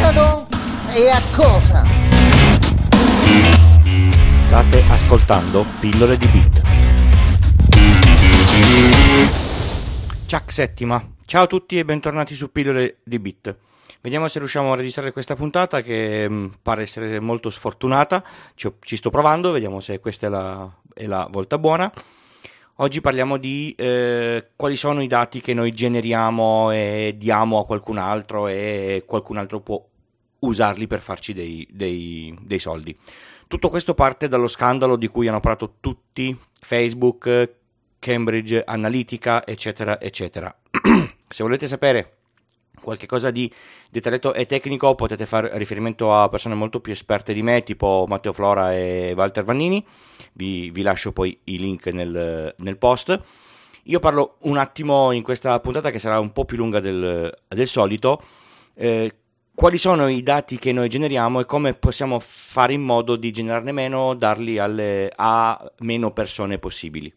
cominciato e a cosa? State ascoltando Pillole di Bit. Chuck Settima. Ciao a tutti e bentornati su Pillole di Bit. Vediamo se riusciamo a registrare questa puntata che pare essere molto sfortunata. Ci sto provando, vediamo se questa è la volta buona. Oggi parliamo di quali sono i dati che noi generiamo e diamo a qualcun altro e qualcun altro può usarli per farci dei soldi. Tutto questo parte dallo scandalo di cui hanno parlato tutti, Facebook, Cambridge Analytica, eccetera, eccetera. Se volete sapere qualche cosa di dettagliato e tecnico potete fare riferimento a persone molto più esperte di me, tipo Matteo Flora e Walter Vannini. Vi lascio poi i link nel post. Io parlo un attimo in questa puntata che sarà un po' più lunga del solito, quali sono i dati che noi generiamo e come possiamo fare in modo di generarne meno, darli a meno persone possibili.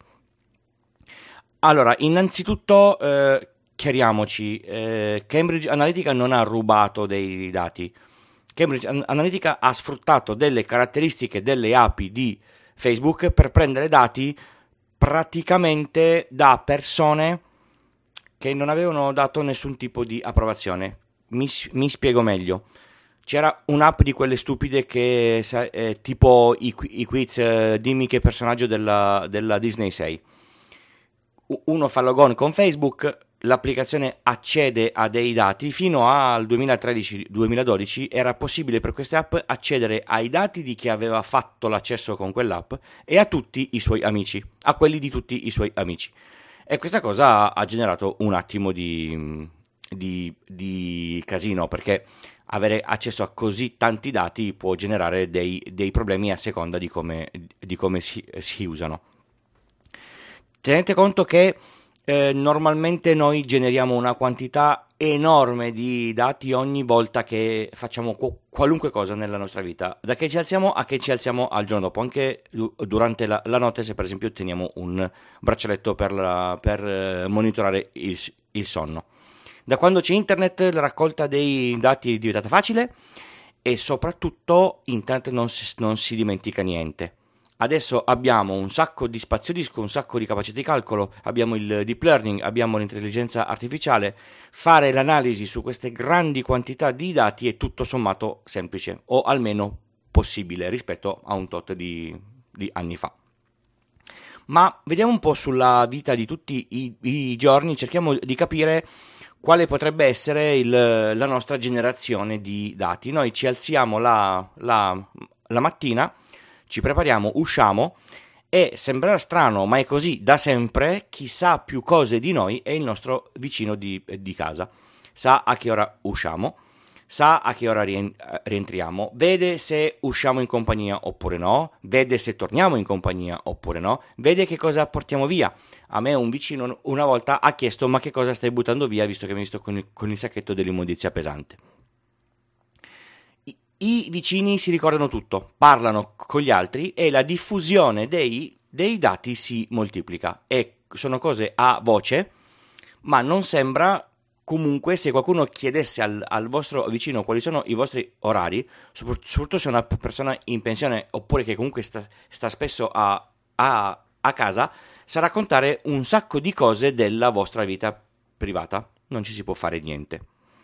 Allora, innanzitutto chiariamoci, Cambridge Analytica non ha rubato dei dati. Cambridge Analytica ha sfruttato delle caratteristiche delle API di Facebook per prendere dati praticamente da persone che non avevano dato nessun tipo di approvazione. Mi spiego meglio. C'era un'app di quelle stupide che tipo i quiz, dimmi che personaggio della Disney sei. Uno fa logon con Facebook, l'applicazione accede a dei dati. Fino al 2013-2012 era possibile per queste app accedere ai dati di chi aveva fatto l'accesso con quell'app e a tutti i suoi amici, a quelli di tutti i suoi amici. E questa cosa ha generato un attimo di casino, perché avere accesso a così tanti dati può generare dei problemi a seconda di come si usano. Tenete conto che normalmente noi generiamo una quantità enorme di dati ogni volta che facciamo qualunque cosa nella nostra vita, da che ci alziamo a che ci alziamo al giorno dopo, anche durante la notte, se per esempio teniamo un braccialetto per monitorare il sonno. Da quando c'è internet la raccolta dei dati è diventata facile e soprattutto internet non si dimentica niente. Adesso abbiamo un sacco di spazio disco, un sacco di capacità di calcolo, abbiamo il deep learning, abbiamo l'intelligenza artificiale. Fare l'analisi su queste grandi quantità di dati è tutto sommato semplice, o almeno possibile rispetto a un tot di anni fa. Ma vediamo un po' sulla vita di tutti i giorni, cerchiamo di capire quale potrebbe essere la nostra generazione di dati. Noi ci alziamo la mattina, ci prepariamo, usciamo e sembrerà strano, ma è così da sempre. Chi sa più cose di noi è il nostro vicino di casa. Sa a che ora usciamo, sa a che ora rientriamo, vede se usciamo in compagnia oppure no, vede se torniamo in compagnia oppure no, vede che cosa portiamo via. A me un vicino una volta ha chiesto: ma che cosa stai buttando via, visto che mi hai visto con il sacchetto dell'immondizia pesante. I vicini si ricordano tutto, parlano con gli altri e la diffusione dei dati si moltiplica. E sono cose a voce, ma non sembra. Comunque, se qualcuno chiedesse al vostro vicino quali sono i vostri orari, soprattutto se è una persona in pensione oppure che comunque sta spesso a casa, sa raccontare un sacco di cose della vostra vita privata. Non ci si può fare niente.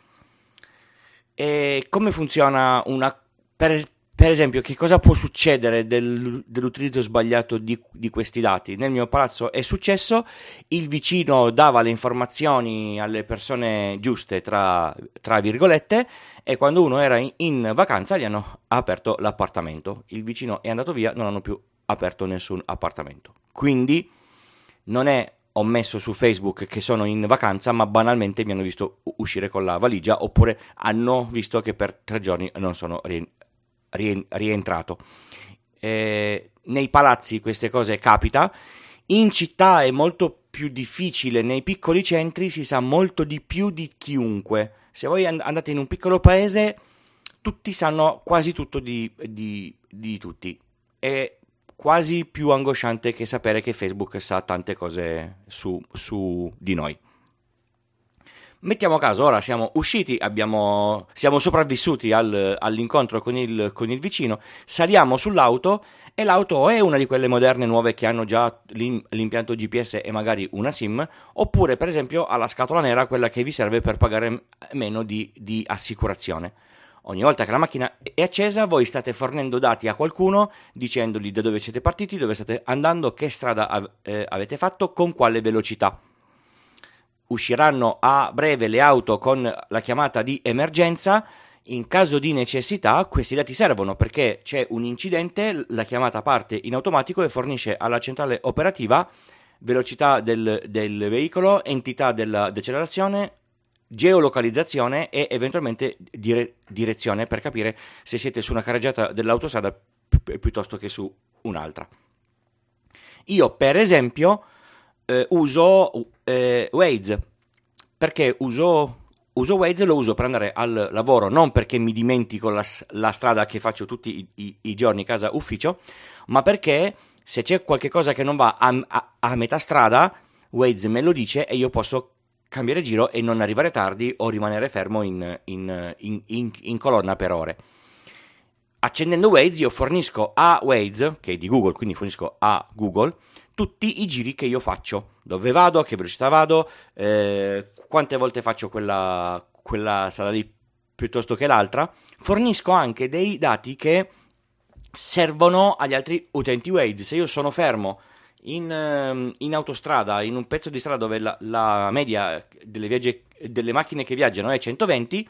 E come funziona per esempio, che cosa può succedere dell'utilizzo sbagliato di questi dati? Nel mio palazzo è successo, il vicino dava le informazioni alle persone giuste, tra virgolette, e quando uno era in vacanza gli hanno aperto l'appartamento. Il vicino è andato via, non hanno più aperto nessun appartamento. Quindi non è ho messo su Facebook che sono in vacanza, ma banalmente mi hanno visto uscire con la valigia, oppure hanno visto che per 3 giorni non sono rientrato. Nei palazzi queste cose capita, in città è molto più difficile, nei piccoli centri si sa molto di più di chiunque. Se voi andate in un piccolo paese, tutti sanno quasi tutto di tutti. È quasi più angosciante che sapere che Facebook sa tante cose su di noi. Mettiamo caso, ora siamo usciti, siamo sopravvissuti all'incontro con il vicino, saliamo sull'auto e l'auto è una di quelle moderne nuove che hanno già l'impianto GPS e magari una SIM, oppure per esempio ha la scatola nera, quella che vi serve per pagare meno di assicurazione. Ogni volta che la macchina è accesa voi state fornendo dati a qualcuno dicendogli da dove siete partiti, dove state andando, che strada avete fatto, con quale velocità. Usciranno a breve le auto con la chiamata di emergenza. In caso di necessità questi dati servono perché c'è un incidente, la chiamata parte in automatico e fornisce alla centrale operativa velocità del veicolo, entità della decelerazione, geolocalizzazione e eventualmente direzione per capire se siete su una carreggiata dell'autostrada piuttosto che su un'altra. Io per esempio uso Waze. Perché uso Waze? Lo uso per andare al lavoro, non perché mi dimentico la strada che faccio tutti i giorni casa ufficio, ma perché se c'è qualche cosa che non va a metà strada, Waze me lo dice e io posso cambiare giro e non arrivare tardi o rimanere fermo in colonna per ore. Accendendo Waze io fornisco a Waze, che è di Google, quindi fornisco a Google tutti i giri che io faccio, dove vado, a che velocità vado, quante volte faccio quella strada lì piuttosto che l'altra. Fornisco anche dei dati che servono agli altri utenti Waze. Se io sono fermo in autostrada, in un pezzo di strada dove la media delle macchine che viaggiano è 120,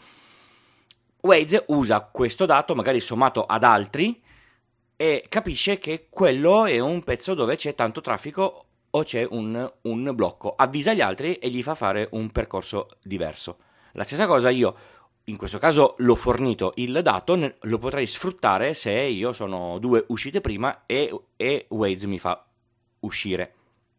Waze usa questo dato, magari sommato ad altri, e capisce che quello è un pezzo dove c'è tanto traffico o c'è un blocco. Avvisa gli altri e gli fa fare un percorso diverso. La stessa cosa io, in questo caso l'ho fornito il dato, lo potrei sfruttare se io sono 2 uscite prima e Waze mi fa uscire.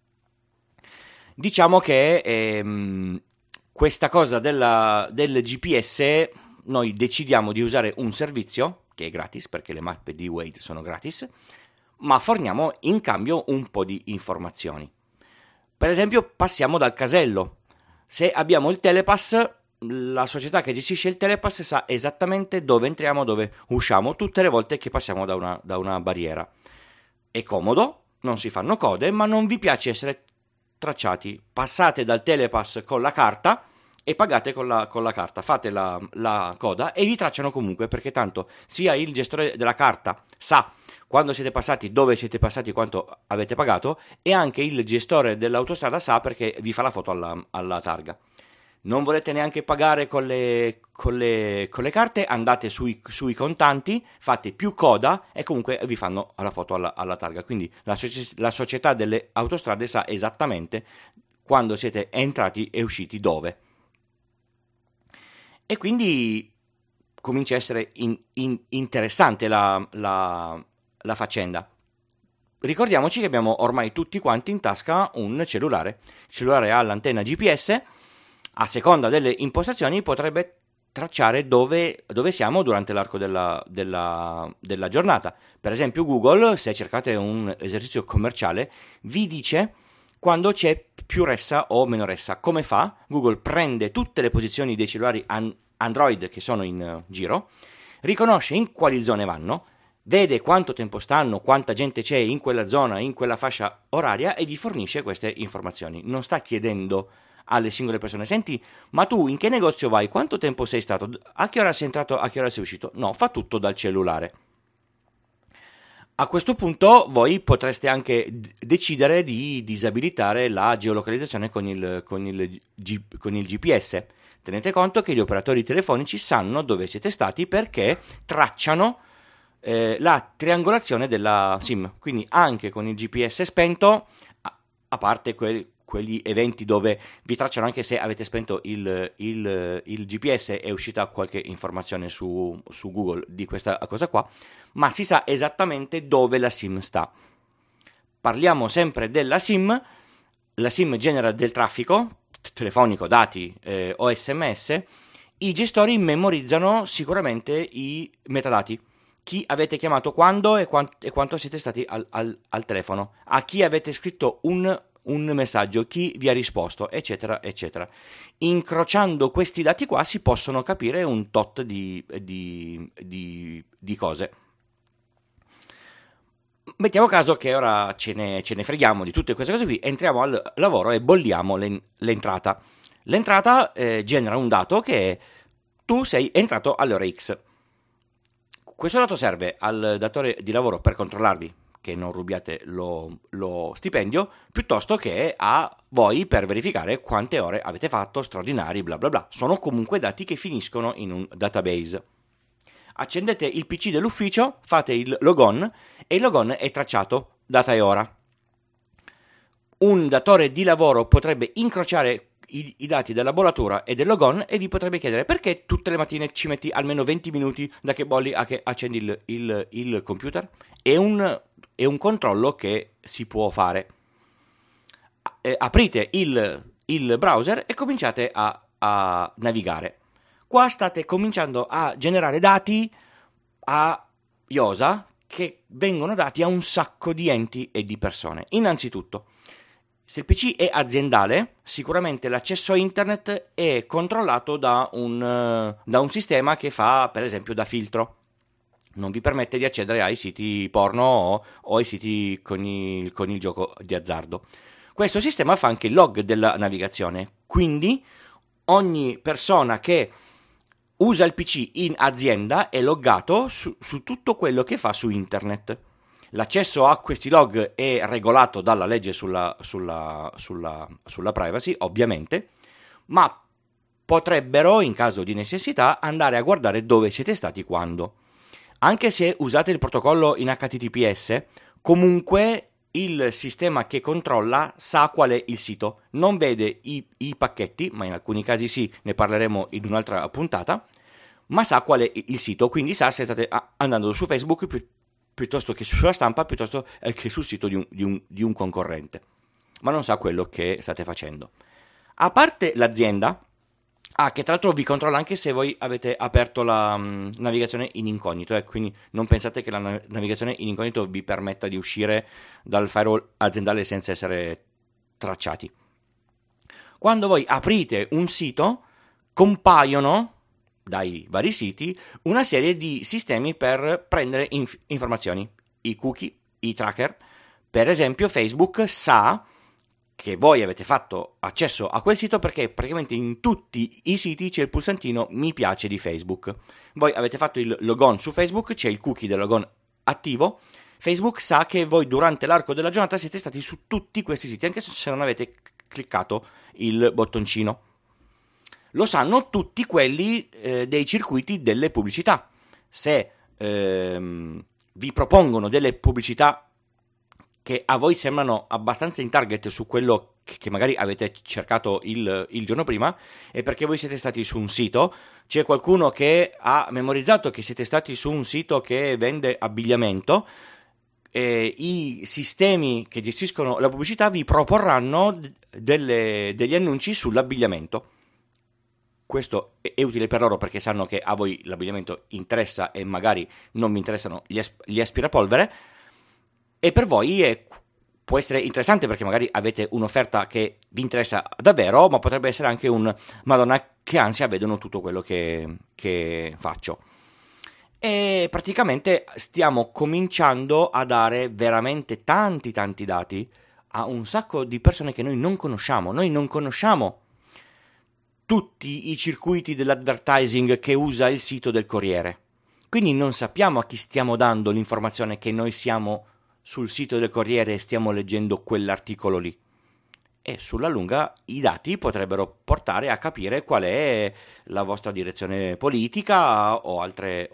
Diciamo che questa cosa del GPS, noi decidiamo di usare un servizio che è gratis perché le mappe di Waze sono gratis, ma forniamo in cambio un po' di informazioni. Per esempio passiamo dal casello. Se abbiamo il telepass, la società che gestisce il telepass sa esattamente dove entriamo, dove usciamo tutte le volte che passiamo da una barriera. È comodo, non si fanno code, ma non vi piace essere tracciati. Passate dal telepass con la carta e pagate con la carta, fate la coda e vi tracciano comunque, perché tanto sia il gestore della carta sa quando siete passati, dove siete passati, quanto avete pagato, e anche il gestore dell'autostrada sa perché vi fa la foto alla targa. Non volete neanche pagare con le carte, andate sui contanti, fate più coda e comunque vi fanno la foto alla targa. Quindi la società delle autostrade sa esattamente quando siete entrati e usciti dove. E quindi comincia a essere interessante la faccenda. Ricordiamoci che abbiamo ormai tutti quanti in tasca un cellulare. Il cellulare ha l'antenna GPS, a seconda delle impostazioni potrebbe tracciare dove siamo durante l'arco della giornata. Per esempio Google, se cercate un esercizio commerciale, vi dice quando c'è più ressa o meno ressa. Come fa? Google prende tutte le posizioni dei cellulari Android che sono in giro, riconosce in quali zone vanno, vede quanto tempo stanno, quanta gente c'è in quella zona, in quella fascia oraria e vi fornisce queste informazioni. Non sta chiedendo alle singole persone: senti, ma tu in che negozio vai? Quanto tempo sei stato? A che ora sei entrato? A che ora sei uscito? No, fa tutto dal cellulare. A questo punto voi potreste anche decidere di disabilitare la geolocalizzazione con il GPS. Tenete conto che gli operatori telefonici sanno dove siete stati perché tracciano la triangolazione della SIM. Quindi anche con il GPS spento, a parte quegli eventi dove vi tracciano anche se avete spento il GPS, è uscita qualche informazione su Google di questa cosa qua, ma si sa esattamente dove la SIM sta. Parliamo sempre della SIM. La SIM genera del traffico telefonico, dati o SMS. I gestori memorizzano sicuramente i metadati: chi avete chiamato quando e quanto siete stati al telefono, a chi avete scritto un un messaggio, chi vi ha risposto, eccetera, eccetera. Incrociando questi dati qua si possono capire un tot di cose. Mettiamo caso che ora ce ne freghiamo di tutte queste cose qui, entriamo al lavoro e bolliamo l'entrata. L'entrata genera un dato che è: tu sei entrato alle ore X. Questo dato serve al datore di lavoro per controllarvi che non rubiate lo stipendio, piuttosto che a voi per verificare quante ore avete fatto, straordinari, bla bla bla. Sono comunque dati che finiscono in un database. Accendete il PC dell'ufficio, fate il logon e il logon è tracciato, data e ora. Un datore di lavoro potrebbe incrociare i dati della bollatura e del logon e vi potrebbe chiedere: perché tutte le mattine ci metti almeno 20 minuti da che bolli a che accendi il computer? È un controllo che si può fare. Aprite il browser e cominciate a navigare. Qua state cominciando a generare dati a iosa che vengono dati a un sacco di enti e di persone. Innanzitutto, se il PC è aziendale, sicuramente l'accesso a internet è controllato da un sistema che fa, per esempio, da filtro. Non vi permette di accedere ai siti porno o ai siti con il gioco di azzardo. Questo sistema fa anche il log della navigazione, quindi ogni persona che usa il PC in azienda è loggato su tutto quello che fa su internet. L'accesso a questi log è regolato dalla legge sulla privacy, ovviamente, ma potrebbero, in caso di necessità, andare a guardare dove siete stati quando. Anche se usate il protocollo in HTTPS, comunque il sistema che controlla sa qual è il sito, non vede i pacchetti, ma in alcuni casi sì, ne parleremo in un'altra puntata, ma sa qual è il sito, quindi sa se state andando su Facebook piuttosto che sulla stampa, piuttosto che sul sito di un concorrente, ma non sa quello che state facendo. A parte l'azienda, che tra l'altro vi controlla anche se voi avete aperto la navigazione in incognito, quindi non pensate che la navigazione in incognito vi permetta di uscire dal firewall aziendale senza essere tracciati. Quando voi aprite un sito, compaiono dai vari siti una serie di sistemi per prendere informazioni, i cookie, i tracker. Per esempio Facebook sa che voi avete fatto accesso a quel sito perché praticamente in tutti i siti c'è il pulsantino mi piace di Facebook. Voi avete fatto il logon su Facebook, c'è il cookie del logon attivo. Facebook sa che voi durante l'arco della giornata siete stati su tutti questi siti, anche se non avete cliccato il bottoncino. Lo sanno tutti quelli dei circuiti delle pubblicità. Se vi propongono delle pubblicità che a voi sembrano abbastanza in target su quello che magari avete cercato il giorno prima, è perché voi siete stati su un sito, c'è qualcuno che ha memorizzato che siete stati su un sito che vende abbigliamento, i sistemi che gestiscono la pubblicità vi proporranno degli annunci sull'abbigliamento. Questo è utile per loro perché sanno che a voi l'abbigliamento interessa e magari non vi interessano gli aspirapolvere, e per voi può essere interessante perché magari avete un'offerta che vi interessa davvero, ma potrebbe essere anche un Madonna che ansia, vedono tutto quello che faccio. E praticamente stiamo cominciando a dare veramente tanti dati a un sacco di persone che noi non conosciamo. Noi non conosciamo tutti i circuiti dell'advertising che usa il sito del Corriere, quindi non sappiamo a chi stiamo dando l'informazione che noi siamo sul sito del Corriere e stiamo leggendo quell'articolo lì. E sulla lunga i dati potrebbero portare a capire qual è la vostra direzione politica o altre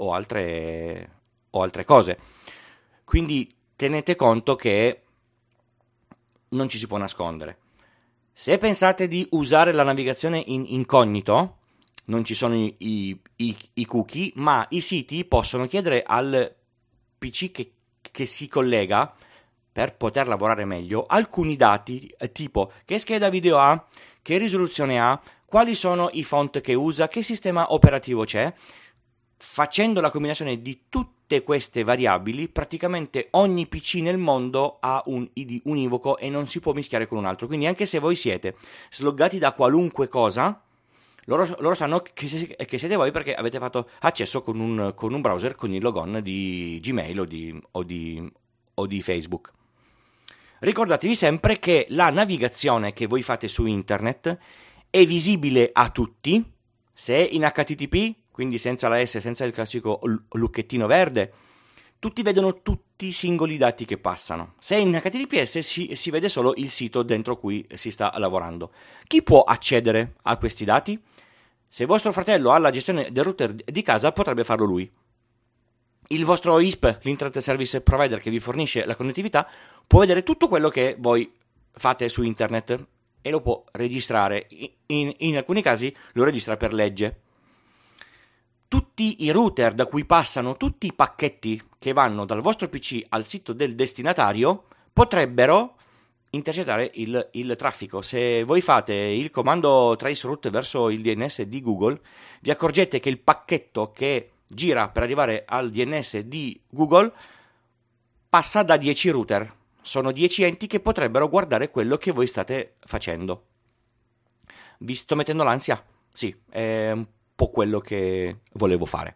cose. Quindi tenete conto che non ci si può nascondere. Se pensate di usare la navigazione in incognito, non ci sono i cookie, ma i siti possono chiedere al PC che si collega, per poter lavorare meglio, alcuni dati tipo che scheda video ha, che risoluzione ha, quali sono i font che usa, che sistema operativo c'è, Facendo la combinazione di tutte queste variabili, praticamente ogni PC nel mondo ha un ID univoco e non si può mischiare con un altro. Quindi anche se voi siete sloggati da qualunque cosa, loro sanno che siete voi perché avete fatto accesso con un browser con il logon di Gmail o di Facebook. Ricordatevi sempre che la navigazione che voi fate su internet è visibile a tutti, se è in HTTP, quindi senza la S, senza il classico lucchettino verde, tutti vedono tutti i singoli dati che passano. Se è in HTTPS si vede solo il sito dentro cui si sta lavorando. Chi può accedere a questi dati? Se vostro fratello ha la gestione del router di casa, potrebbe farlo lui. Il vostro ISP, l'Internet Service Provider che vi fornisce la connettività, può vedere tutto quello che voi fate su internet e lo può registrare. In alcuni casi lo registra per legge. Tutti i router da cui passano tutti i pacchetti che vanno dal vostro PC al sito del destinatario potrebbero intercettare il traffico. Se voi fate il comando traceroute verso il DNS di Google, vi accorgete che il pacchetto che gira per arrivare al DNS di Google passa da 10 router. Sono 10 enti che potrebbero guardare quello che voi state facendo. Vi sto mettendo l'ansia? Sì, è un po' quello che volevo fare.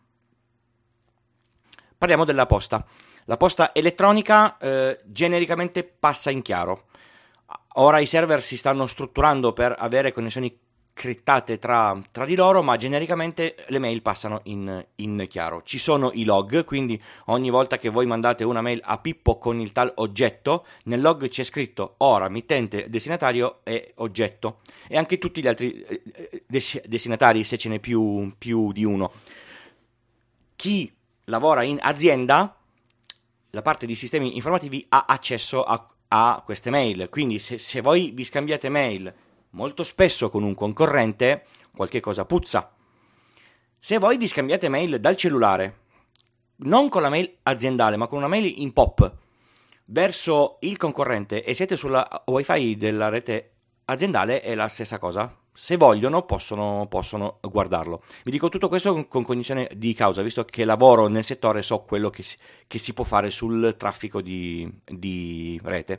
Parliamo della posta. La posta elettronica genericamente passa in chiaro. Ora i server si stanno strutturando per avere connessioni criptate tra di loro, ma genericamente le mail passano in chiaro. Ci sono i log, quindi ogni volta che voi mandate una mail a Pippo con il tal oggetto, nel log c'è scritto ora mittente, destinatario e oggetto, e anche tutti gli altri destinatari se ce n'è più di uno. Chi lavora in azienda, la parte di sistemi informativi ha accesso a queste mail, quindi se voi vi scambiate mail molto spesso con un concorrente, qualche cosa puzza. Se voi vi scambiate mail dal cellulare, non con la mail aziendale, ma con una mail in pop verso il concorrente e siete sulla wifi della rete aziendale, è la stessa cosa. Se vogliono possono guardarlo. Vi dico tutto questo con cognizione di causa, visto che lavoro nel settore, so quello che si può fare sul traffico di rete.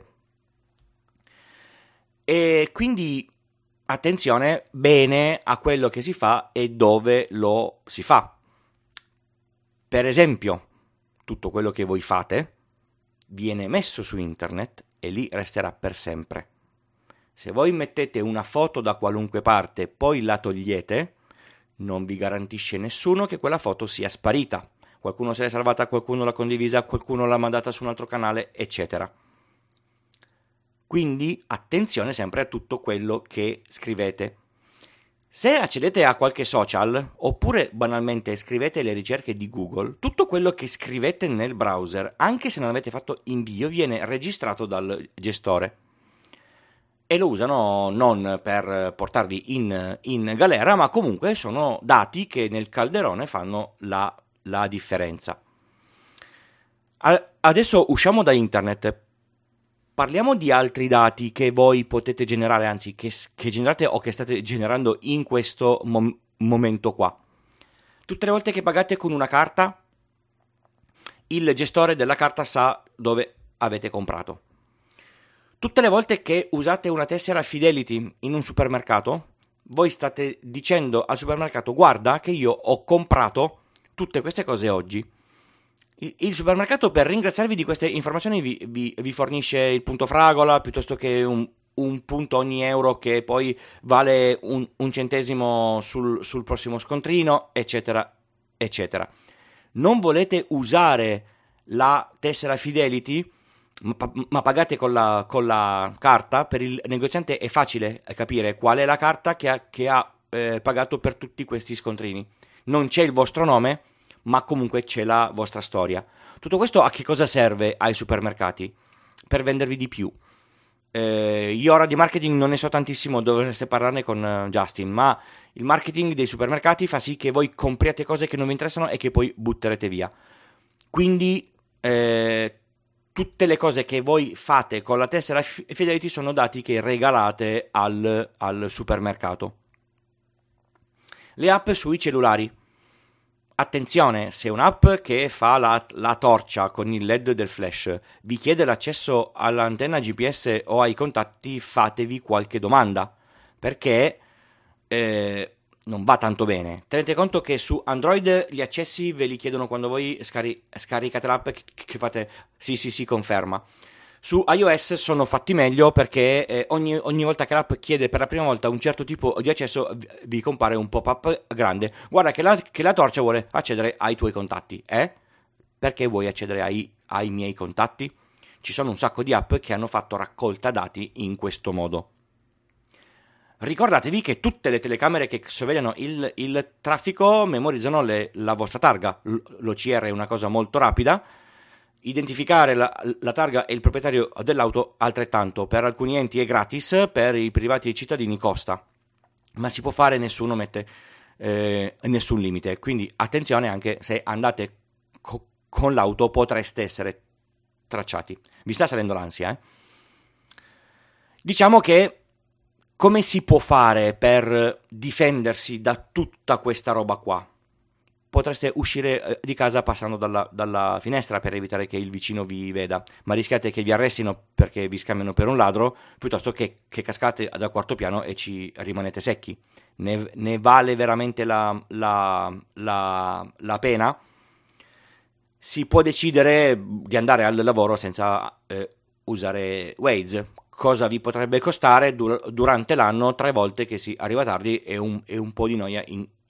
E quindi attenzione bene a quello che si fa e dove lo si fa. Per esempio, tutto quello che voi fate viene messo su internet e lì resterà per sempre. Se voi mettete una foto da qualunque parte e poi la togliete, non vi garantisce nessuno che quella foto sia sparita. Qualcuno se l'è salvata, qualcuno l'ha condivisa, qualcuno l'ha mandata su un altro canale, eccetera. Quindi attenzione sempre a tutto quello che scrivete. Se accedete a qualche social, oppure banalmente scrivete le ricerche di Google, tutto quello che scrivete nel browser, anche se non avete fatto invio, viene registrato dal gestore. E lo usano non per portarvi in galera, ma comunque sono dati che nel calderone fanno la differenza. Adesso usciamo da internet. Parliamo di altri dati che voi potete generare, anzi che generate o che state generando in questo momento qua. Tutte le volte che pagate con una carta, il gestore della carta sa dove avete comprato. Tutte le volte che usate una tessera Fidelity in un supermercato, voi state dicendo al supermercato: guarda che io ho comprato tutte queste cose oggi. Il supermercato, per ringraziarvi di queste informazioni, vi fornisce il punto fragola piuttosto che un punto ogni euro che poi vale un centesimo sul prossimo scontrino, eccetera, eccetera. Non volete usare la tessera Fidelity, ma pagate con la carta. Per il negoziante è facile capire qual è la carta che ha pagato per tutti questi scontrini. Non c'è il vostro nome, ma comunque c'è la vostra storia. Tutto questo a che cosa serve ai supermercati? Per vendervi di più. Io ora di marketing non ne so tantissimo, dovreste parlarne con Justin, ma il marketing dei supermercati fa sì che voi compriate cose che non vi interessano e che poi butterete via. Quindi tutte le cose che voi fate con la tessera Fidelity sono dati che regalate al supermercato. Le app sui cellulari. Attenzione, se un'app che fa la torcia con il LED del flash vi chiede l'accesso all'antenna GPS o ai contatti, fatevi qualche domanda, perché non va tanto bene. Tenete conto che su Android gli accessi ve li chiedono quando voi scaricate l'app, che fate sì, conferma. Su iOS sono fatti meglio, perché ogni volta che l'app chiede per la prima volta un certo tipo di accesso vi compare un pop-up grande. Guarda che la torcia vuole accedere ai tuoi contatti. Perché vuoi accedere ai miei contatti? Ci sono un sacco di app che hanno fatto raccolta dati in questo modo. Ricordatevi che tutte le telecamere che sorvegliano il traffico memorizzano la vostra targa. L'OCR è una cosa molto rapida. Identificare la targa e il proprietario dell'auto altrettanto. Per alcuni enti è gratis, per i privati e i cittadini costa, ma si può fare, nessuno mette nessun limite, quindi attenzione, anche se andate con l'auto potreste essere tracciati. Vi sta salendo l'ansia, Diciamo che come si può fare per difendersi da tutta questa roba qua? Potreste uscire di casa passando dalla finestra per evitare che il vicino vi veda, ma rischiate che vi arrestino perché vi scambiano per un ladro, piuttosto che cascate dal quarto piano e ci rimanete secchi. Ne vale veramente la pena? Si può decidere di andare al lavoro senza usare Waze. Cosa vi potrebbe costare durante l'anno 3 volte che si arriva tardi e un po' di noia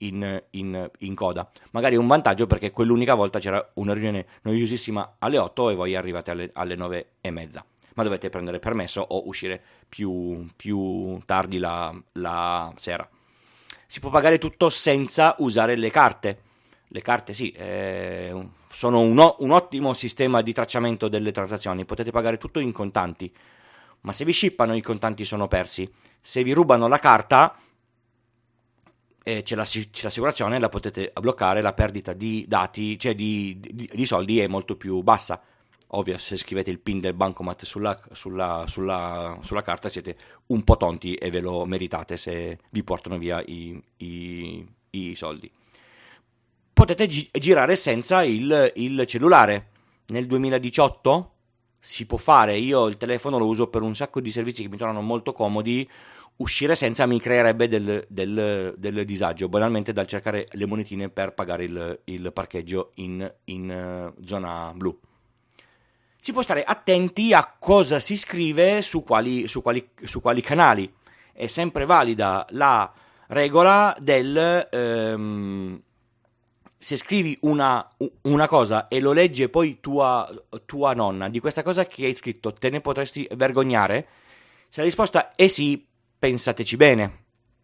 in coda. Magari un vantaggio, perché quell'unica volta c'era una riunione noiosissima alle 8 e voi arrivate alle 9:30, ma dovete prendere permesso o uscire più tardi la sera. Si può pagare tutto senza usare le carte. Le carte sì, sono un ottimo sistema di tracciamento delle transazioni. Potete pagare tutto in contanti, ma se vi scippano i contanti sono persi. Se vi rubano la carta c'è l'assicurazione, la potete bloccare, la perdita di dati, cioè di soldi, è molto più bassa. Ovvio, se scrivete il PIN del bancomat sulla carta siete un po' tonti e ve lo meritate se vi portano via i soldi. Potete girare senza il cellulare. Nel 2018 si può fare. Io il telefono lo uso per un sacco di servizi che mi tornano molto comodi. Uscire senza mi creerebbe del disagio, banalmente dal cercare le monetine per pagare il parcheggio in zona blu. Si può stare attenti a cosa si scrive su quali canali. È sempre valida la regola del se scrivi una cosa e lo legge poi tua nonna, di questa cosa che hai scritto te ne potresti vergognare? Se la risposta è sì, pensateci bene.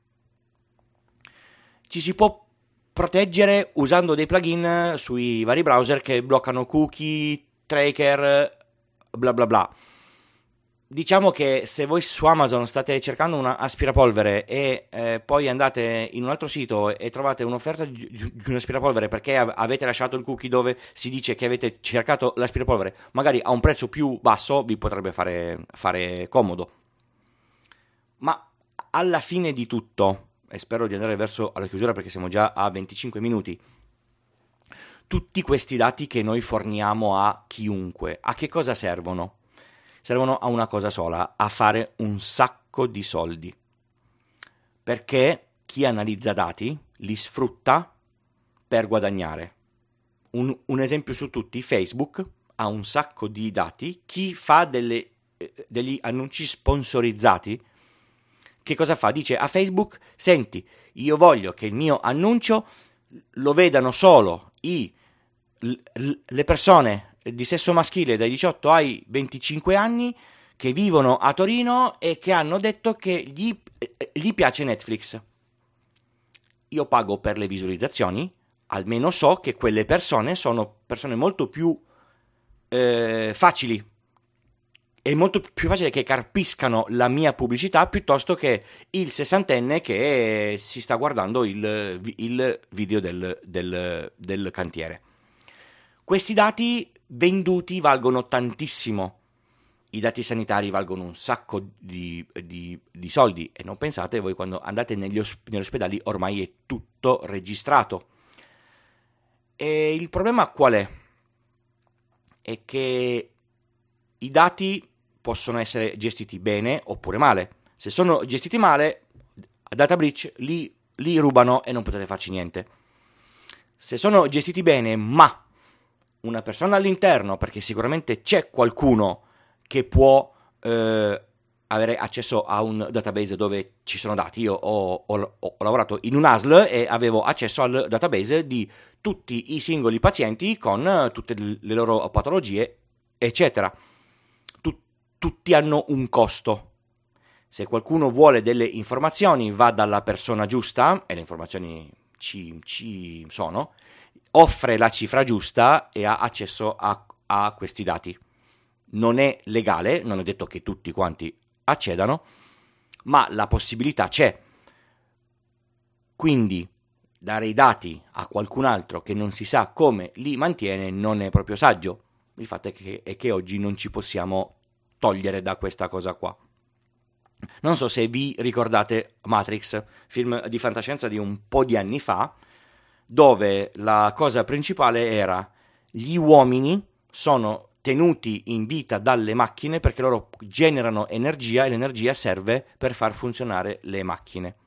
Ci si può proteggere usando dei plugin sui vari browser che bloccano cookie, tracker, bla bla bla. Diciamo che se voi su Amazon state cercando un aspirapolvere e poi andate in un altro sito e trovate un'offerta di un aspirapolvere perché avete lasciato il cookie dove si dice che avete cercato l'aspirapolvere, magari a un prezzo più basso, vi potrebbe fare comodo. Ma alla fine di tutto, e spero di andare verso la chiusura perché siamo già a 25 minuti, tutti questi dati che noi forniamo a chiunque, a che cosa servono? Servono a una cosa sola, a fare un sacco di soldi. Perché chi analizza dati li sfrutta per guadagnare. Un esempio su tutti, Facebook ha un sacco di dati. Chi fa degli annunci sponsorizzati, che cosa fa? Dice a Facebook: senti, io voglio che il mio annuncio lo vedano solo le persone di sesso maschile dai 18 ai 25 anni che vivono a Torino e che hanno detto che gli piace Netflix. Io pago per le visualizzazioni, almeno so che quelle persone sono persone molto più facili. È molto più facile che carpiscano la mia pubblicità piuttosto che il sessantenne che si sta guardando il video del cantiere. Questi dati venduti valgono tantissimo. I dati sanitari valgono un sacco di soldi, e non pensate voi, quando andate negli ospedali ormai è tutto registrato. E il problema qual è? È che i dati possono essere gestiti bene oppure male. Se sono gestiti male, a data breach li rubano e non potete farci niente. Se sono gestiti bene, ma una persona all'interno, perché sicuramente c'è qualcuno che può avere accesso a un database dove ci sono dati. Io ho lavorato in un ASL e avevo accesso al database di tutti i singoli pazienti con tutte le loro patologie, eccetera. Tutti hanno un costo. Se qualcuno vuole delle informazioni, va dalla persona giusta, e le informazioni ci sono, offre la cifra giusta e ha accesso a questi dati. Non è legale, non è detto che tutti quanti accedano, ma la possibilità c'è. Quindi dare i dati a qualcun altro che non si sa come li mantiene non è proprio saggio. Il fatto è che oggi non ci possiamo togliere da questa cosa qua. Non so se vi ricordate Matrix, film di fantascienza di un po' di anni fa, dove la cosa principale era gli uomini sono tenuti in vita dalle macchine perché loro generano energia e l'energia serve per far funzionare le macchine.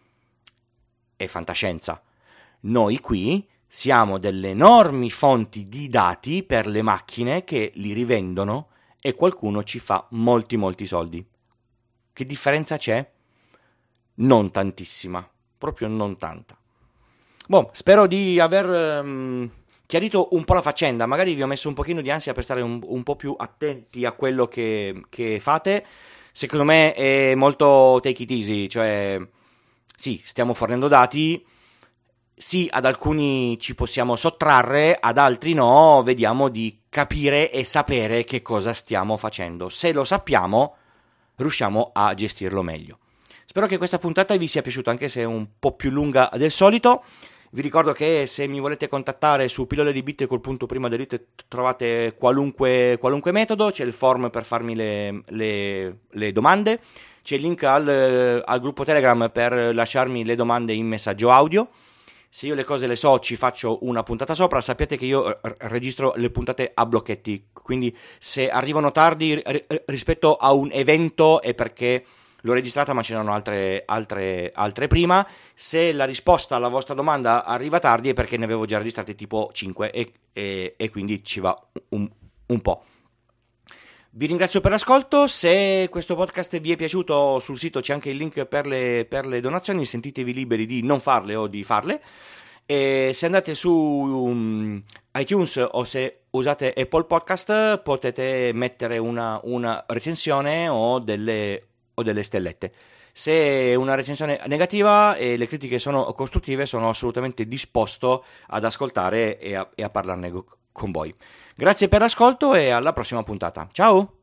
È fantascienza. Noi qui siamo delle enormi fonti di dati per le macchine che li rivendono e qualcuno ci fa molti soldi. Che differenza c'è? Non tantissima, proprio non tanta. Spero di aver chiarito un po' la faccenda, magari vi ho messo un pochino di ansia per stare un po' più attenti a quello che fate. Secondo me è molto take it easy, cioè sì, stiamo fornendo dati, sì, ad alcuni ci possiamo sottrarre, ad altri no, vediamo di capire e sapere che cosa stiamo facendo. Se lo sappiamo, riusciamo a gestirlo meglio. Spero che questa puntata vi sia piaciuta, anche se è un po' più lunga del solito. Vi ricordo che se mi volete contattare su pillole di bit col punto prima dell'it trovate qualunque metodo, c'è il form per farmi le domande, c'è il link al gruppo Telegram per lasciarmi le domande in messaggio audio. Se io le cose le so, ci faccio una puntata sopra. Sappiate che io registro le puntate a blocchetti, quindi se arrivano tardi rispetto a un evento è perché l'ho registrata ma ce n'erano altre prima. Se la risposta alla vostra domanda arriva tardi è perché ne avevo già registrate tipo 5 e quindi ci va un po'. Vi ringrazio per l'ascolto. Se questo podcast vi è piaciuto, sul sito c'è anche il link per le donazioni, sentitevi liberi di non farle o di farle. E se andate su iTunes o se usate Apple Podcast potete mettere una recensione o delle stellette. Se è una recensione negativa e le critiche sono costruttive, sono assolutamente disposto ad ascoltare e a parlarne con voi. Grazie per l'ascolto e alla prossima puntata. Ciao!